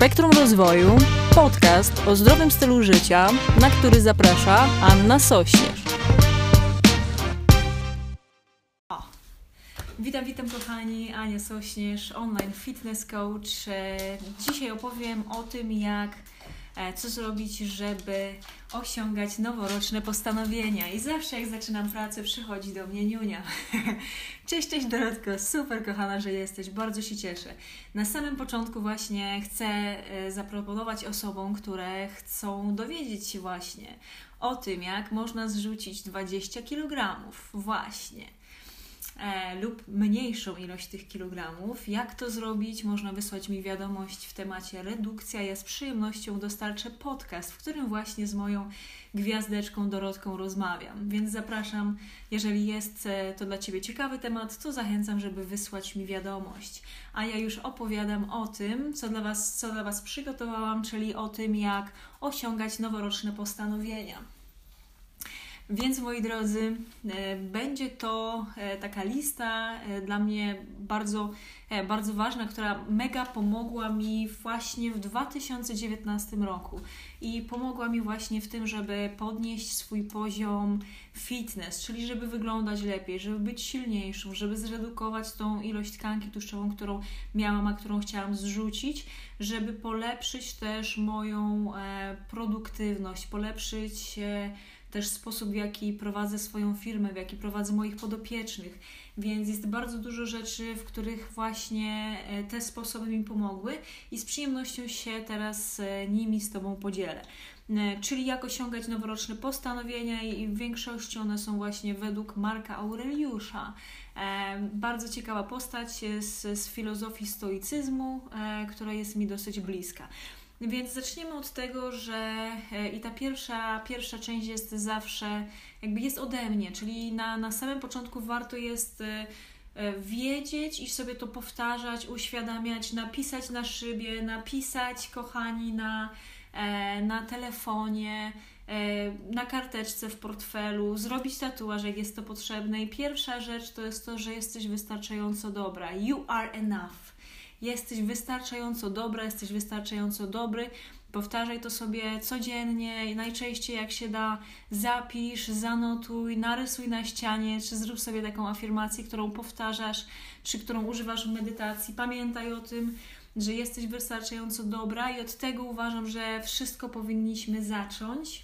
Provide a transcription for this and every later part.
Spektrum Rozwoju, podcast o zdrowym stylu życia, na który zaprasza Anna Sośnierz. Witam kochani, Ania Sośnierz, online fitness coach. Dzisiaj opowiem o tym, co zrobić, żeby osiągać noworoczne postanowienia. I zawsze jak zaczynam pracę, przychodzi do mnie Niunia. Cześć Dorotko, super kochana, że jesteś, bardzo się cieszę. Na samym początku właśnie chcę zaproponować osobom, które chcą dowiedzieć się właśnie o tym, jak można zrzucić 20 kg właśnie. Lub mniejszą ilość tych kilogramów. Jak to zrobić? Można wysłać mi wiadomość w temacie redukcja. Ja z przyjemnością dostarczę podcast, w którym właśnie z moją gwiazdeczką Dorotką rozmawiam. Więc zapraszam, jeżeli jest to dla Ciebie ciekawy temat, to zachęcam, żeby wysłać mi wiadomość. A ja już opowiadam o tym, co dla Was przygotowałam, czyli o tym, jak osiągać noworoczne postanowienia. Więc moi drodzy, będzie to taka lista dla mnie bardzo ważna, która mega pomogła mi właśnie w 2019 roku i pomogła mi właśnie w tym, żeby podnieść swój poziom fitness, czyli żeby wyglądać lepiej, żeby być silniejszą, żeby zredukować tą ilość tkanki tłuszczową, którą miałam, a którą chciałam zrzucić, żeby polepszyć też moją produktywność, polepszyć też sposób, w jaki prowadzę swoją firmę, w jaki prowadzę moich podopiecznych. Więc jest bardzo dużo rzeczy, w których właśnie te sposoby mi pomogły i z przyjemnością się teraz nimi z Tobą podzielę. Czyli jak osiągać noworoczne postanowienia i w większości one są właśnie według Marka Aureliusza. Bardzo ciekawa postać z filozofii stoicyzmu, która jest mi dosyć bliska. Więc zaczniemy od tego, że i ta pierwsza część jest zawsze, jest ode mnie, czyli na samym początku warto jest wiedzieć i sobie to powtarzać, uświadamiać, napisać na szybie, napisać, kochani, na telefonie, na karteczce w portfelu, zrobić tatuaż, jak jest to potrzebne. I pierwsza rzecz to jest to, że jesteś wystarczająco dobra. You are enough. Jesteś wystarczająco dobra, jesteś wystarczająco dobry. Powtarzaj to sobie codziennie, najczęściej jak się da, zapisz, zanotuj, narysuj na ścianie, czy zrób sobie taką afirmację, którą powtarzasz, czy którą używasz w medytacji. Pamiętaj o tym, że jesteś wystarczająco dobra i od tego uważam, że wszystko powinniśmy zacząć.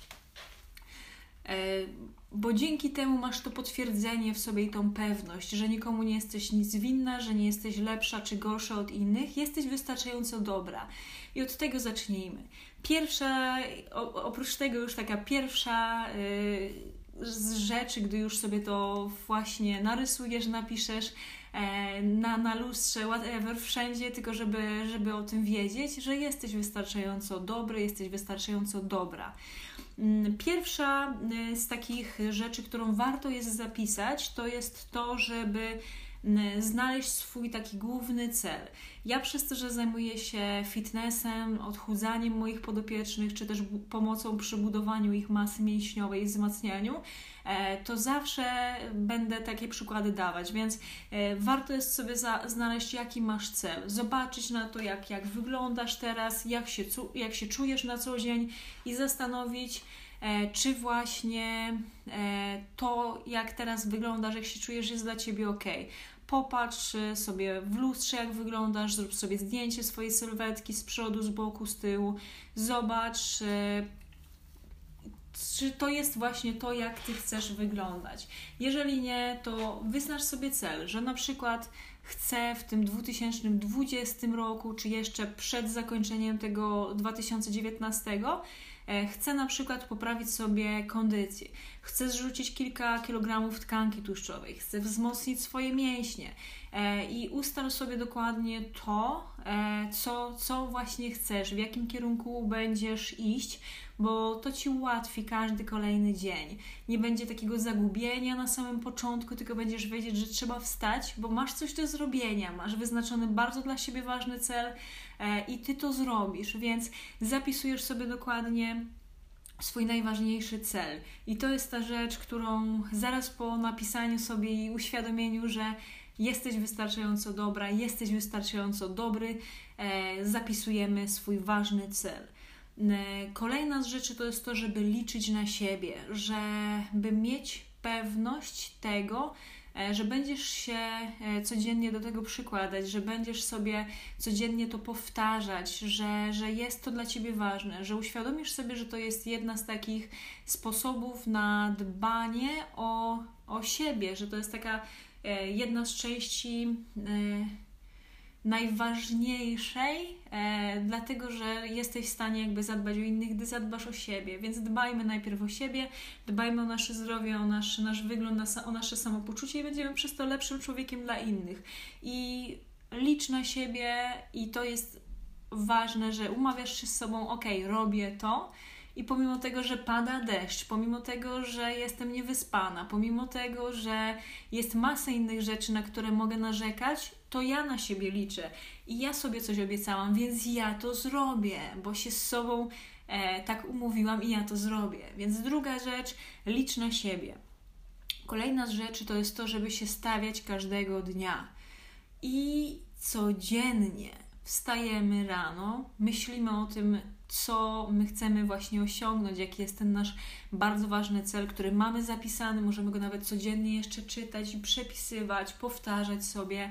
Bo dzięki temu masz to potwierdzenie w sobie i tą pewność, że nikomu nie jesteś nic winna, że nie jesteś lepsza czy gorsza od innych, jesteś wystarczająco dobra. I od tego zacznijmy. Oprócz tego już taka pierwsza z rzeczy, gdy już sobie to właśnie narysujesz, napiszesz na lustrze, whatever, wszędzie, tylko żeby o tym wiedzieć, że jesteś wystarczająco dobry, jesteś wystarczająco dobra. Pierwsza z takich rzeczy, którą warto jest zapisać, to jest to, żeby znaleźć swój taki główny cel. Ja przez to, że zajmuję się fitnessem, odchudzaniem moich podopiecznych, czy też pomocą przy budowaniu ich masy mięśniowej i wzmacnianiu, to zawsze będę takie przykłady dawać, więc warto jest sobie znaleźć, jaki masz cel, zobaczyć na to, jak wyglądasz teraz, jak się czujesz na co dzień i zastanowić, czy właśnie to, jak teraz wyglądasz, jak się czujesz, jest dla Ciebie ok. Popatrz sobie w lustrze, jak wyglądasz, zrób sobie zdjęcie swojej sylwetki z przodu, z boku, z tyłu. Zobacz, czy to jest właśnie to, jak Ty chcesz wyglądać. Jeżeli nie, to wyznacz sobie cel, że na przykład chcę w tym 2020 roku, czy jeszcze przed zakończeniem tego 2019, chcę na przykład poprawić sobie kondycję, chcę zrzucić kilka kilogramów tkanki tłuszczowej, chcę wzmocnić swoje mięśnie i ustal sobie dokładnie to, co właśnie chcesz, w jakim kierunku będziesz iść, bo to Ci ułatwi każdy kolejny dzień. Nie będzie takiego zagubienia na samym początku, tylko będziesz wiedzieć, że trzeba wstać, bo masz coś do zrobienia, masz wyznaczony bardzo dla siebie ważny cel i Ty to zrobisz, więc zapisujesz sobie dokładnie swój najważniejszy cel. I to jest ta rzecz, którą zaraz po napisaniu sobie i uświadomieniu, że jesteś wystarczająco dobra, jesteś wystarczająco dobry, zapisujemy swój ważny cel. Kolejna z rzeczy to jest to, żeby liczyć na siebie, żeby mieć pewność tego, że będziesz się codziennie do tego przykładać, że będziesz sobie codziennie to powtarzać, że jest to dla Ciebie ważne, że uświadomisz sobie, że to jest jedna z takich sposobów na dbanie o siebie, że to jest taka jedna z części najważniejszej, dlatego że jesteś w stanie jakby zadbać o innych, gdy zadbasz o siebie, więc dbajmy najpierw o siebie, dbajmy o nasze zdrowie, o nasz wygląd, o nasze samopoczucie i będziemy przez to lepszym człowiekiem dla innych. I licz na siebie i to jest ważne, że umawiasz się z sobą, okej, robię to, i pomimo tego, że pada deszcz, pomimo tego, że jestem niewyspana, pomimo tego, że jest masa innych rzeczy, na które mogę narzekać, to ja na siebie liczę i ja sobie coś obiecałam, więc ja to zrobię, bo się z sobą tak umówiłam i ja to zrobię. Więc druga rzecz, licz na siebie. Kolejna z rzeczy to jest to, żeby się stawiać każdego dnia i codziennie wstajemy rano, myślimy o tym, co my chcemy właśnie osiągnąć, jaki jest ten nasz bardzo ważny cel, który mamy zapisany, możemy go nawet codziennie jeszcze czytać i przepisywać, powtarzać sobie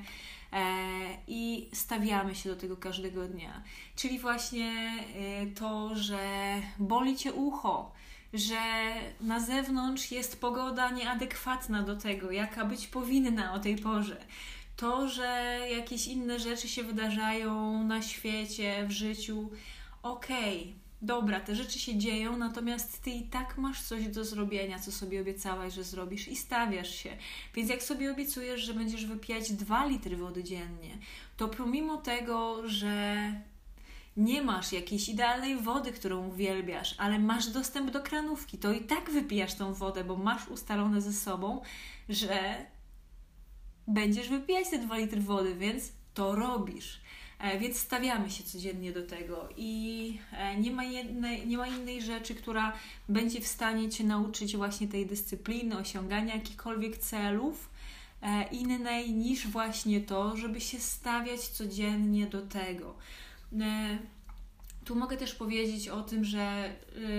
i stawiamy się do tego każdego dnia. Czyli właśnie to, że boli Cię ucho, że na zewnątrz jest pogoda nieadekwatna do tego, jaka być powinna o tej porze. To, że jakieś inne rzeczy się wydarzają na świecie, w życiu, okej, dobra, te rzeczy się dzieją, natomiast Ty i tak masz coś do zrobienia, co sobie obiecałaś, że zrobisz i stawiasz się. Więc jak sobie obiecujesz, że będziesz wypijać 2 litry wody dziennie, to pomimo tego, że nie masz jakiejś idealnej wody, którą uwielbiasz, ale masz dostęp do kranówki, to i tak wypijasz tą wodę, bo masz ustalone ze sobą, że będziesz wypijać te 2 litry wody, więc to robisz. Więc stawiamy się codziennie do tego i nie ma innej rzeczy, która będzie w stanie Cię nauczyć właśnie tej dyscypliny, osiągania jakichkolwiek celów innej niż właśnie to, żeby się stawiać codziennie do tego. Tu mogę też powiedzieć o tym, że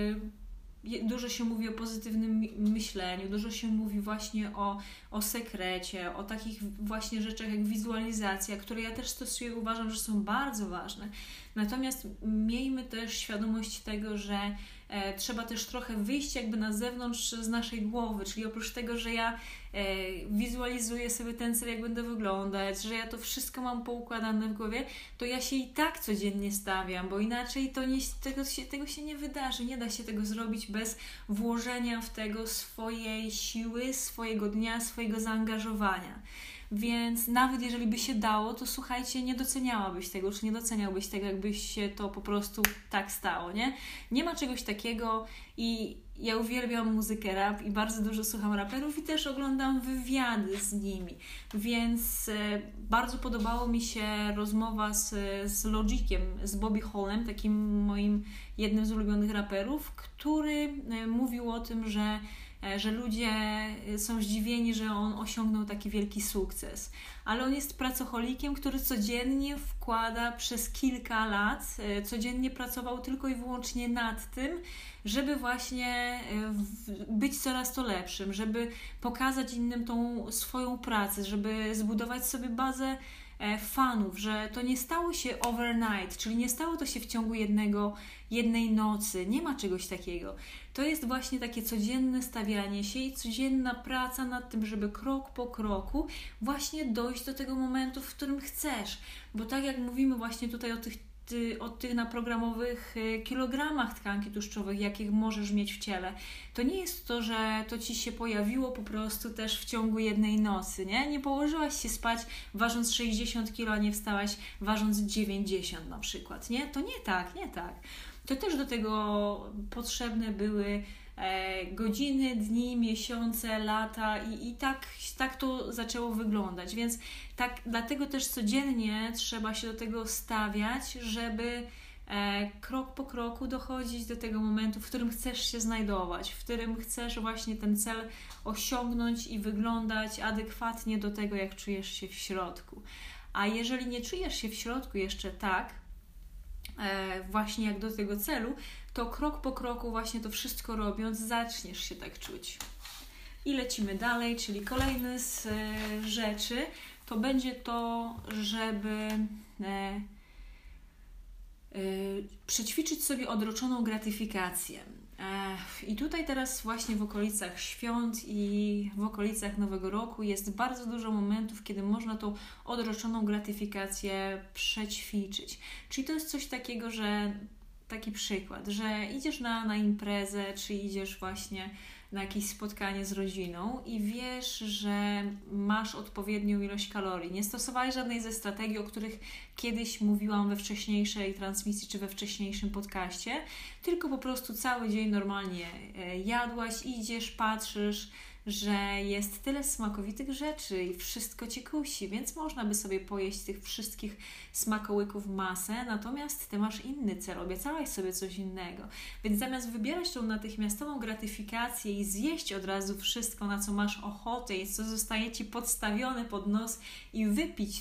dużo się mówi o pozytywnym myśleniu, dużo się mówi właśnie o sekrecie, o takich właśnie rzeczach jak wizualizacja, które ja też stosuję, uważam, że są bardzo ważne. Natomiast miejmy też świadomość tego, że trzeba też trochę wyjść jakby na zewnątrz z naszej głowy, czyli oprócz tego, że ja wizualizuję sobie ten cel, jak będę wyglądać, że ja to wszystko mam poukładane w głowie, to ja się i tak codziennie stawiam, bo inaczej tego się nie wydarzy, nie da się tego zrobić bez włożenia w tego swojej siły, swojego dnia, swojego zaangażowania. Więc nawet jeżeli by się dało, to słuchajcie, nie doceniałabyś tego, czy nie doceniałbyś tego, jakbyś się to po prostu tak stało, nie? Nie ma czegoś takiego i ja uwielbiam muzykę rap i bardzo dużo słucham raperów i też oglądam wywiady z nimi, więc bardzo podobało mi się rozmowa z Logiciem, z Bobby Hallem, takim moim jednym z ulubionych raperów, który mówił o tym, że ludzie są zdziwieni, że on osiągnął taki wielki sukces. Ale on jest pracocholikiem, który codziennie wkłada przez kilka lat, codziennie pracował tylko i wyłącznie nad tym, żeby właśnie być coraz to lepszym, żeby pokazać innym tą swoją pracę, żeby zbudować sobie bazę fanów, że to nie stało się overnight, czyli nie stało to się w ciągu jednej nocy, nie ma czegoś takiego. To jest właśnie takie codzienne stawianie się i codzienna praca nad tym, żeby krok po kroku właśnie dojść do tego momentu, w którym chcesz, bo tak jak mówimy właśnie tutaj o tych naprogramowych kilogramach tkanki tłuszczowych, jakich możesz mieć w ciele. To nie jest to, że to Ci się pojawiło po prostu też w ciągu jednej nocy, nie? Nie położyłaś się spać ważąc 60 kg, a nie wstałaś ważąc 90 na przykład, nie? To nie tak. To też do tego potrzebne były godziny, dni, miesiące, lata i tak to zaczęło wyglądać, więc tak, dlatego też codziennie trzeba się do tego stawiać, żeby krok po kroku dochodzić do tego momentu, w którym chcesz się znajdować, w którym chcesz właśnie ten cel osiągnąć i wyglądać adekwatnie do tego, jak czujesz się w środku. A jeżeli nie czujesz się w środku jeszcze tak, właśnie jak do tego celu, to krok po kroku właśnie to wszystko robiąc, zaczniesz się tak czuć. I lecimy dalej, czyli kolejny z rzeczy to będzie to, żeby przećwiczyć sobie odroczoną gratyfikację. I tutaj teraz właśnie w okolicach świąt i w okolicach Nowego Roku jest bardzo dużo momentów, kiedy można tą odroczoną gratyfikację przećwiczyć. Czyli to jest coś takiego, że taki przykład, że idziesz na imprezę, czy idziesz właśnie na jakieś spotkanie z rodziną i wiesz, że masz odpowiednią ilość kalorii. Nie stosowałeś żadnej ze strategii, o których kiedyś mówiłam we wcześniejszej transmisji czy we wcześniejszym podcaście, tylko po prostu cały dzień normalnie jadłaś, idziesz, patrzysz, że jest tyle smakowitych rzeczy i wszystko Cię kusi, więc można by sobie pojeść tych wszystkich smakołyków masę, natomiast Ty masz inny cel, obiecałaś sobie coś innego. Więc zamiast wybierać tą natychmiastową gratyfikację i zjeść od razu wszystko, na co masz ochotę i co zostaje Ci podstawione pod nos i wypić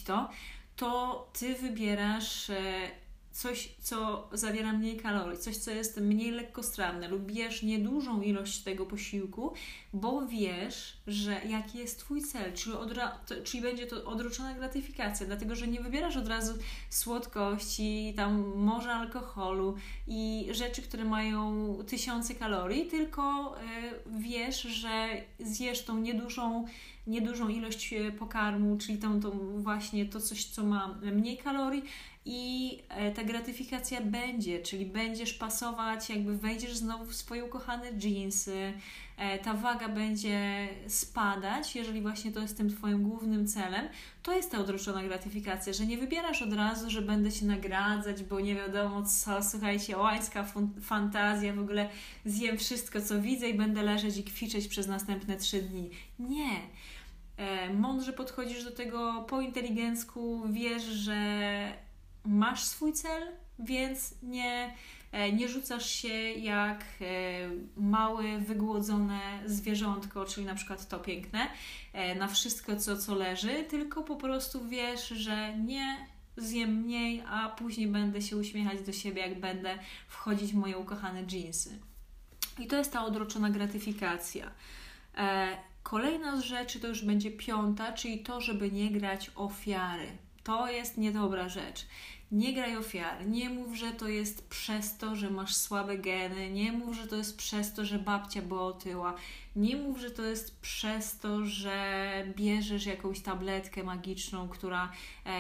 to Ty wybierasz coś, co zawiera mniej kalorii, coś, co jest mniej lekkostrawne lub bierz niedużą ilość tego posiłku, bo wiesz, że jaki jest Twój cel, czyli będzie to odroczona gratyfikacja, dlatego, że nie wybierasz od razu słodkości, tam morza alkoholu i rzeczy, które mają 1000 kalorii, tylko wiesz, że zjesz tą niedużą ilość pokarmu, czyli tą właśnie to coś, co ma mniej kalorii i ta gratyfikacja będzie, czyli będziesz pasować, jakby wejdziesz znowu w swoje ukochane dżinsy, ta waga będzie spadać, jeżeli właśnie to jest tym Twoim głównym celem, to jest ta odroczona gratyfikacja, że nie wybierasz od razu, że będę się nagradzać, bo nie wiadomo co, słuchajcie, łańska fantazja, w ogóle zjem wszystko, co widzę i będę leżeć i kwiczeć przez następne 3 dni. Nie. Mądrze podchodzisz do tego po inteligencku, wiesz, że masz swój cel, więc nie rzucasz się jak małe, wygłodzone zwierzątko, czyli na przykład to piękne, na wszystko, co leży, tylko po prostu wiesz, że nie zjem mniej, a później będę się uśmiechać do siebie, jak będę wchodzić w moje ukochane dżinsy. I to jest ta odroczona gratyfikacja. Kolejna z rzeczy to już będzie 5, czyli to, żeby nie grać ofiary. To jest niedobra rzecz. Nie graj ofiary. Nie mów, że to jest przez to, że masz słabe geny. Nie mów, że to jest przez to, że babcia była otyła. Nie mów, że to jest przez to, że bierzesz jakąś tabletkę magiczną, która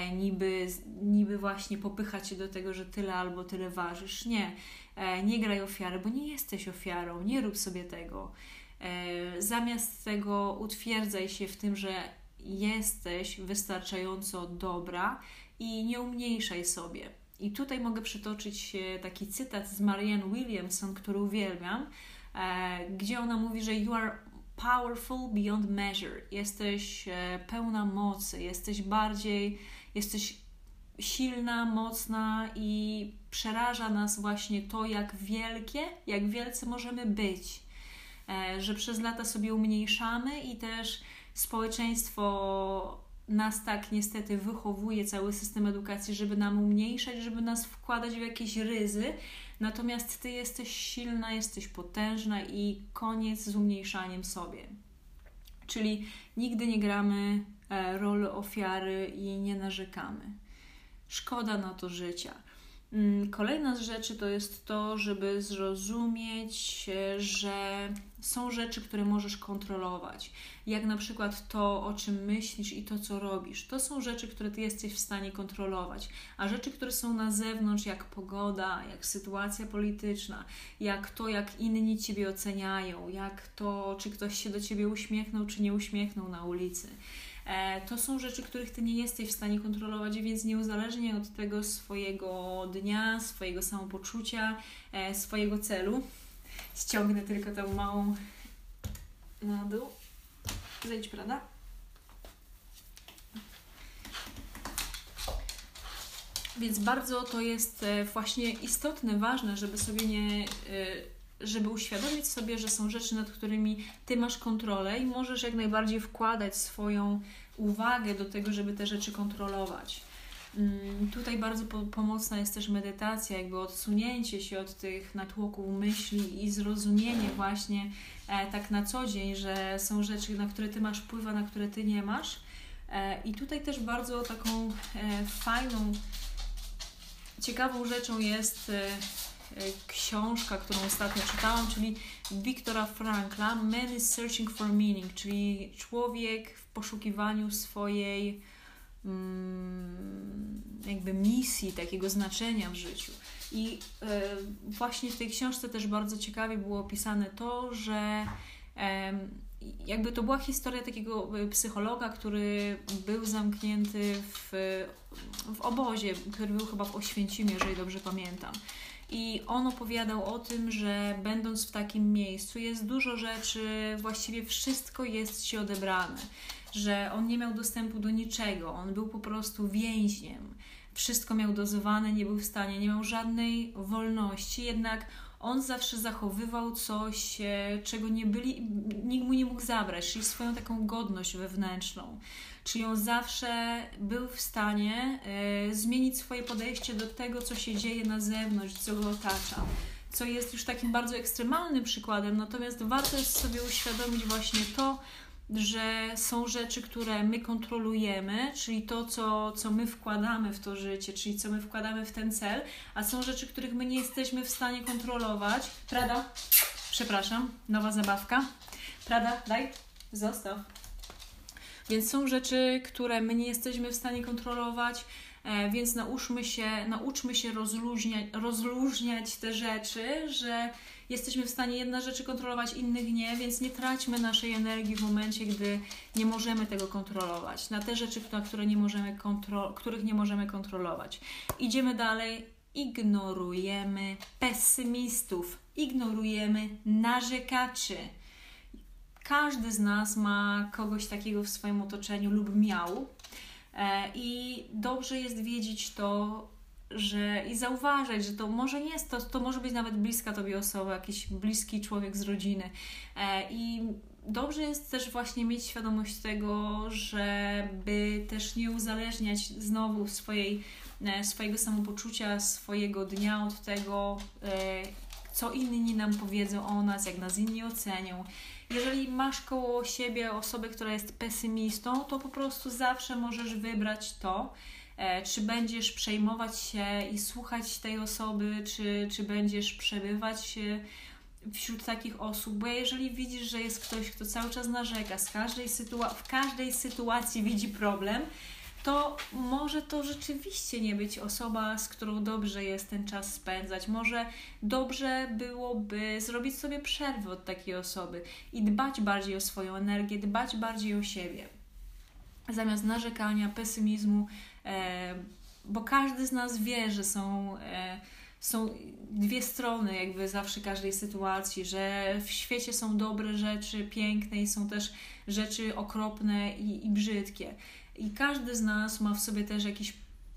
niby właśnie popycha Cię do tego, że tyle albo tyle ważysz. Nie. Nie graj ofiary, bo nie jesteś ofiarą. Nie rób sobie tego. Zamiast tego utwierdzaj się w tym, że jesteś wystarczająco dobra i nie umniejszaj sobie. I tutaj mogę przytoczyć taki cytat z Marianne Williamson, który uwielbiam, gdzie ona mówi, że you are powerful beyond measure. Jesteś pełna mocy, jesteś silna, mocna i przeraża nas właśnie to, jak wielcy możemy być. Że przez lata sobie umniejszamy i też społeczeństwo nas tak niestety wychowuje, cały system edukacji, żeby nam umniejszać, żeby nas wkładać w jakieś ryzy. Natomiast Ty jesteś silna, jesteś potężna i koniec z umniejszaniem sobie. Czyli nigdy nie gramy roli ofiary i nie narzekamy. Szkoda na to życia. Kolejna z rzeczy to jest to, żeby zrozumieć, że są rzeczy, które możesz kontrolować. Jak na przykład to, o czym myślisz i to, co robisz. To są rzeczy, które Ty jesteś w stanie kontrolować. A rzeczy, które są na zewnątrz, jak pogoda, jak sytuacja polityczna, jak to, jak inni Ciebie oceniają, jak to, czy ktoś się do Ciebie uśmiechnął, czy nie uśmiechnął na ulicy. To są rzeczy, których Ty nie jesteś w stanie kontrolować, więc nie uzależniaj od tego swojego dnia, swojego samopoczucia, swojego celu. Ściągnę tylko tą małą na dół. Zejdź, prawda? Więc bardzo to jest właśnie istotne, ważne, żeby sobie żeby uświadomić sobie, że są rzeczy, nad którymi Ty masz kontrolę i możesz jak najbardziej wkładać swoją uwagę do tego, żeby te rzeczy kontrolować. Tutaj bardzo pomocna jest też medytacja, jakby odsunięcie się od tych natłoków myśli i zrozumienie właśnie tak na co dzień, że są rzeczy, na które Ty masz wpływ, a na które Ty nie masz. I tutaj też bardzo taką fajną, ciekawą rzeczą jest książka, którą ostatnio czytałam, czyli Viktora Frankla, Man is Searching for Meaning, czyli człowiek w poszukiwaniu swojej jakby misji, takiego znaczenia w życiu. I właśnie w tej książce też bardzo ciekawie było opisane to, że jakby to była historia takiego psychologa, który był zamknięty w obozie, który był chyba w Oświęcimiu, jeżeli dobrze pamiętam. I on opowiadał o tym, że będąc w takim miejscu jest dużo rzeczy, właściwie wszystko jest Ci odebrane, że on nie miał dostępu do niczego, on był po prostu więźniem. Wszystko miał dozowane, nie był w stanie, nie miał żadnej wolności, jednak on zawsze zachowywał coś, czego nikt mu nie mógł zabrać, czyli swoją taką godność wewnętrzną. Czyli on zawsze był w stanie zmienić swoje podejście do tego, co się dzieje na zewnątrz, co go otacza. Co jest już takim bardzo ekstremalnym przykładem, natomiast warto jest sobie uświadomić właśnie to, że są rzeczy, które my kontrolujemy, czyli to, co my wkładamy w to życie, czyli co my wkładamy w ten cel, a są rzeczy, których my nie jesteśmy w stanie kontrolować. Prada, przepraszam, nowa zabawka. Prada, daj, zostaw. Więc są rzeczy, które my nie jesteśmy w stanie kontrolować, więc nauczmy się rozluźniać te rzeczy, że jesteśmy w stanie jedne rzeczy kontrolować, innych nie, więc nie traćmy naszej energii w momencie, gdy nie możemy tego kontrolować. Na te rzeczy, których nie możemy kontrolować. Idziemy dalej, ignorujemy pesymistów, ignorujemy narzekaczy. Każdy z nas ma kogoś takiego w swoim otoczeniu lub miał i dobrze jest wiedzieć to, i zauważać, że to może nie jest to może być nawet bliska Tobie osoba, jakiś bliski człowiek z rodziny. I dobrze jest też właśnie mieć świadomość tego, żeby też nie uzależniać znowu swojego samopoczucia, swojego dnia od tego, co inni nam powiedzą o nas, jak nas inni ocenią. Jeżeli masz koło siebie osobę, która jest pesymistą, to po prostu zawsze możesz wybrać to, czy będziesz przejmować się i słuchać tej osoby, czy będziesz przebywać wśród takich osób, bo jeżeli widzisz, że jest ktoś, kto cały czas narzeka, w każdej sytuacji widzi problem, to może to rzeczywiście nie być osoba, z którą dobrze jest ten czas spędzać. Może dobrze byłoby zrobić sobie przerwę od takiej osoby i dbać bardziej o swoją energię, dbać bardziej o siebie. Zamiast narzekania, pesymizmu, bo każdy z nas wie, że są dwie strony jakby zawsze każdej sytuacji, że w świecie są dobre rzeczy, piękne i są też rzeczy okropne i brzydkie. I każdy z nas ma w sobie też jakiś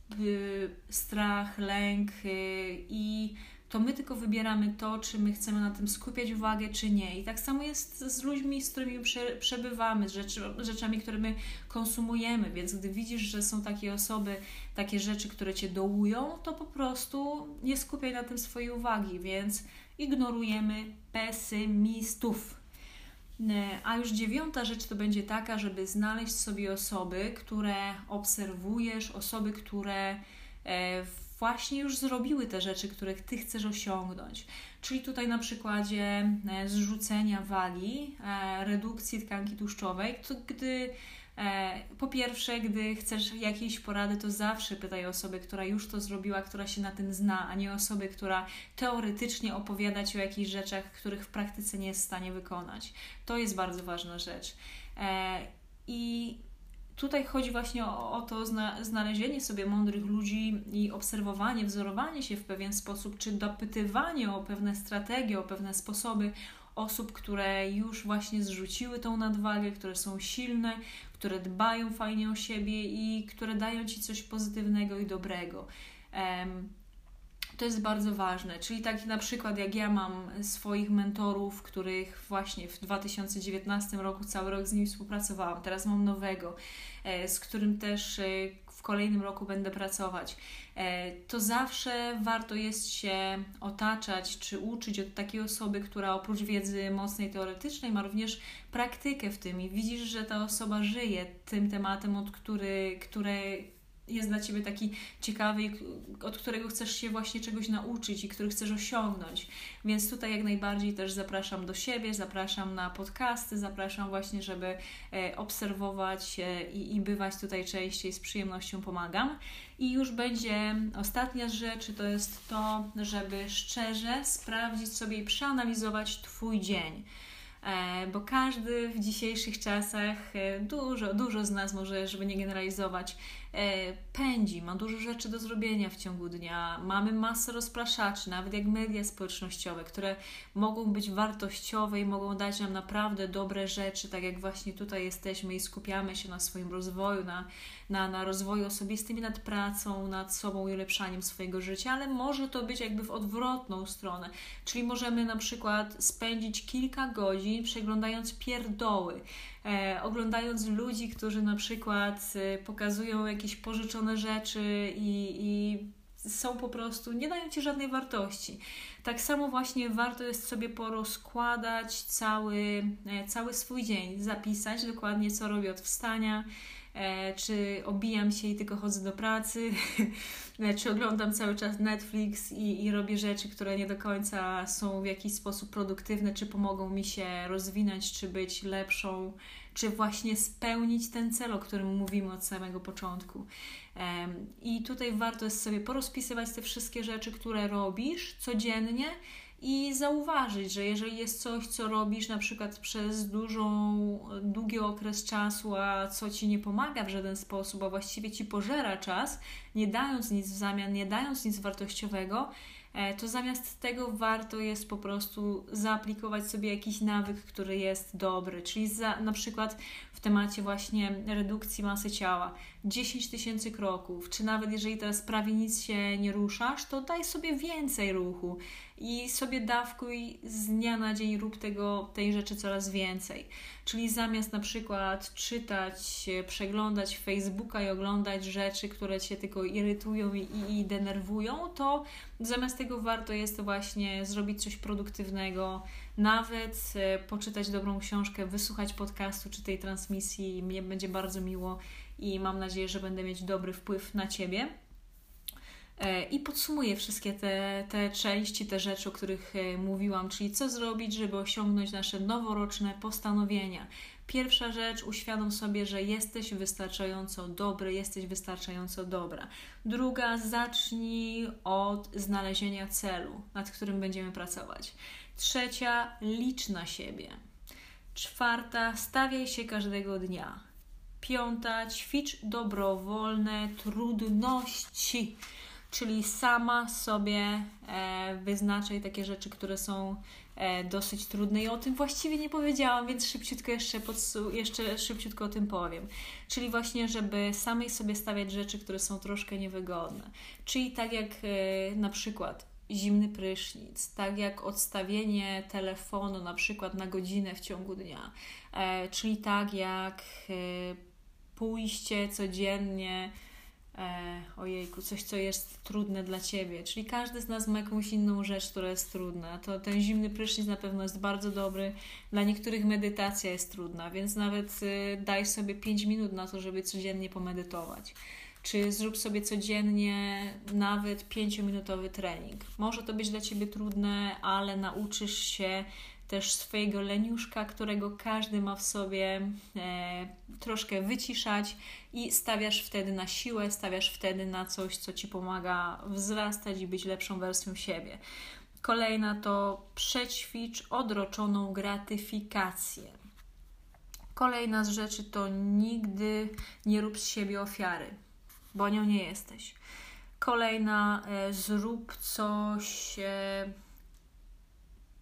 strach, lęk i to my tylko wybieramy to, czy my chcemy na tym skupiać uwagę, czy nie. I tak samo jest z ludźmi, z którymi przebywamy, z rzeczami, które my konsumujemy. Więc gdy widzisz, że są takie osoby, takie rzeczy, które Cię dołują, to po prostu nie skupiaj na tym swojej uwagi, więc ignorujemy pesymistów. A już 9. rzecz to będzie taka, żeby znaleźć sobie osoby, które obserwujesz, osoby, które właśnie już zrobiły te rzeczy, których Ty chcesz osiągnąć. Czyli tutaj na przykładzie zrzucenia wagi, redukcji tkanki tłuszczowej, to po pierwsze, gdy chcesz jakiejś porady, to zawsze pytaj osobę, która już to zrobiła, która się na tym zna, a nie osobę, która teoretycznie opowiada Ci o jakichś rzeczach, których w praktyce nie jest w stanie wykonać. To jest bardzo ważna rzecz. I tutaj chodzi właśnie o to znalezienie sobie mądrych ludzi i obserwowanie, wzorowanie się w pewien sposób, czy dopytywanie o pewne strategie, o pewne sposoby osób, które już właśnie zrzuciły tą nadwagę, które są silne, które dbają fajnie o siebie i które dają Ci coś pozytywnego i dobrego. To jest bardzo ważne, czyli tak na przykład jak ja mam swoich mentorów, których właśnie w 2019 roku cały rok z nimi współpracowałam, teraz mam nowego, z którym też w kolejnym roku będę pracować, to zawsze warto jest się otaczać czy uczyć od takiej osoby, która oprócz wiedzy mocnej teoretycznej ma również praktykę w tym i widzisz, że ta osoba żyje tym tematem, które jest dla Ciebie taki ciekawy, od którego chcesz się właśnie czegoś nauczyć i który chcesz osiągnąć. Więc tutaj jak najbardziej też zapraszam do siebie, zapraszam na podcasty, zapraszam właśnie, żeby obserwować i bywać tutaj częściej, z przyjemnością pomagam. I już będzie ostatnia z rzeczy, to jest to, żeby szczerze sprawdzić sobie i przeanalizować Twój dzień. Bo każdy w dzisiejszych czasach, dużo z nas może, żeby nie generalizować, pędzi, ma dużo rzeczy do zrobienia w ciągu dnia, mamy masę rozpraszaczy, nawet jak media społecznościowe, które mogą być wartościowe i mogą dać nam naprawdę dobre rzeczy, tak jak właśnie tutaj jesteśmy i skupiamy się na swoim rozwoju, na rozwoju osobistym i nad pracą, nad sobą i ulepszaniem swojego życia, ale może to być jakby w odwrotną stronę, czyli możemy na przykład spędzić kilka godzin przeglądając pierdoły, oglądając ludzi, którzy na przykład pokazują jakieś pożyczone rzeczy i są po prostu, nie dają Ci żadnej wartości. Tak samo właśnie warto jest sobie porozkładać cały swój dzień, zapisać dokładnie, co robię od wstania, czy obijam się i tylko chodzę do pracy, czy oglądam cały czas Netflix i robię rzeczy, które nie do końca są w jakiś sposób produktywne, czy pomogą mi się rozwinąć, czy być lepszą, czy właśnie spełnić ten cel, o którym mówimy od samego początku. I tutaj warto jest sobie porozpisywać te wszystkie rzeczy, które robisz codziennie i zauważyć, że jeżeli jest coś, co robisz na przykład przez długi okres czasu, a co Ci nie pomaga w żaden sposób, a właściwie Ci pożera czas, nie dając nic w zamian, nie dając nic wartościowego, to zamiast tego warto jest po prostu zaaplikować sobie jakiś nawyk, który jest dobry, czyli na przykład w temacie właśnie redukcji masy ciała 10 000 kroków, czy nawet jeżeli teraz prawie nic się nie ruszasz, to daj sobie więcej ruchu i sobie dawkuj z dnia na dzień, rób tej rzeczy coraz więcej. Czyli zamiast na przykład czytać, przeglądać Facebooka i oglądać rzeczy, które Cię tylko irytują i denerwują, to zamiast tego warto jest właśnie zrobić coś produktywnego, nawet poczytać dobrą książkę, wysłuchać podcastu czy tej transmisji. Mnie będzie bardzo miło i mam nadzieję, że będę mieć dobry wpływ na Ciebie. I podsumuję wszystkie te części, te rzeczy, o których mówiłam, czyli co zrobić, żeby osiągnąć nasze noworoczne postanowienia. Pierwsza rzecz, uświadom sobie, że jesteś wystarczająco dobry, jesteś wystarczająco dobra. Druga, zacznij od znalezienia celu, nad którym będziemy pracować. Trzecia, licz na siebie. Czwarta, stawiaj się każdego dnia. Piąta, ćwicz dobrowolne trudności. Czyli sama sobie wyznaczaj takie rzeczy, które są dosyć trudne i o tym właściwie nie powiedziałam, więc szybciutko jeszcze szybciutko o tym powiem. Czyli właśnie, żeby samej sobie stawiać rzeczy, które są troszkę niewygodne. Czyli tak jak na przykład zimny prysznic, tak jak odstawienie telefonu na przykład na godzinę w ciągu dnia, czyli tak jak pójście codziennie coś, co jest trudne dla Ciebie. Czyli każdy z nas ma jakąś inną rzecz, która jest trudna. To ten zimny prysznic na pewno jest bardzo dobry. Dla niektórych medytacja jest trudna, więc nawet daj sobie 5 minut na to, żeby codziennie pomedytować. Czy zrób sobie codziennie nawet 5-minutowy trening. Może to być dla Ciebie trudne, ale nauczysz się też swojego leniuszka, którego każdy ma w sobie, troszkę wyciszać i stawiasz wtedy na siłę, stawiasz wtedy na coś, co Ci pomaga wzrastać i być lepszą wersją siebie. Kolejna to przećwicz odroczoną gratyfikację. Kolejna z rzeczy to nigdy nie rób z siebie ofiary, bo nią nie jesteś. Kolejna, zrób coś,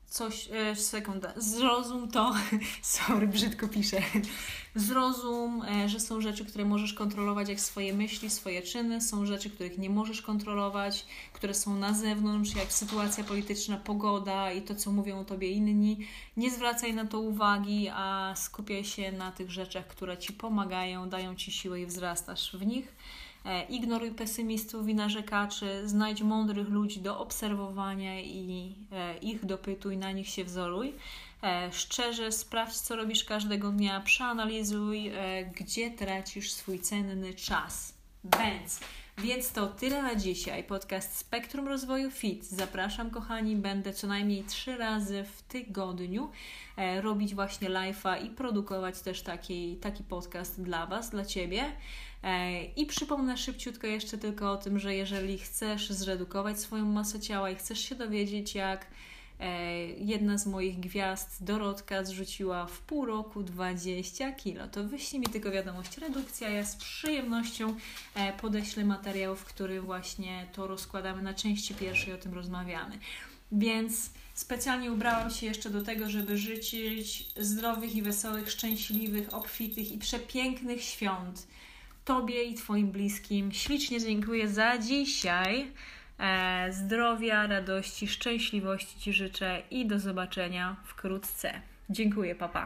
Zrozum to, sorry, brzydko piszę. Zrozum, że są rzeczy, które możesz kontrolować, jak swoje myśli, swoje czyny. Są rzeczy, których nie możesz kontrolować, które są na zewnątrz, jak sytuacja polityczna, pogoda i to, co mówią o tobie inni. Nie zwracaj na to uwagi, a skupiaj się na tych rzeczach, które ci pomagają, dają ci siłę i wzrastasz w nich. Ignoruj pesymistów i narzekaczy, znajdź mądrych ludzi do obserwowania i ich dopytuj, na nich się wzoruj. Szczerze sprawdź, co robisz każdego dnia, przeanalizuj, gdzie tracisz swój cenny czas. Więc to tyle na dzisiaj. Podcast Spektrum Rozwoju Fit. Zapraszam, kochani, będę co najmniej 3 razy w tygodniu robić właśnie live'a i produkować też taki podcast dla Was, dla Ciebie. I przypomnę szybciutko jeszcze tylko o tym, że jeżeli chcesz zredukować swoją masę ciała i chcesz się dowiedzieć, jak jedna z moich gwiazd, Dorotka, zrzuciła w pół roku 20 kilo, to wyślij mi tylko wiadomość redukcja, ja z przyjemnością podeślę materiał, w którym właśnie to rozkładamy na części pierwszej, o tym rozmawiamy. Więc specjalnie ubrałam się jeszcze do tego, żeby życzyć zdrowych i wesołych, szczęśliwych, obfitych i przepięknych świąt Tobie i Twoim bliskim. Ślicznie dziękuję za dzisiaj. Zdrowia, radości, szczęśliwości Ci życzę i do zobaczenia wkrótce. Dziękuję, pa pa.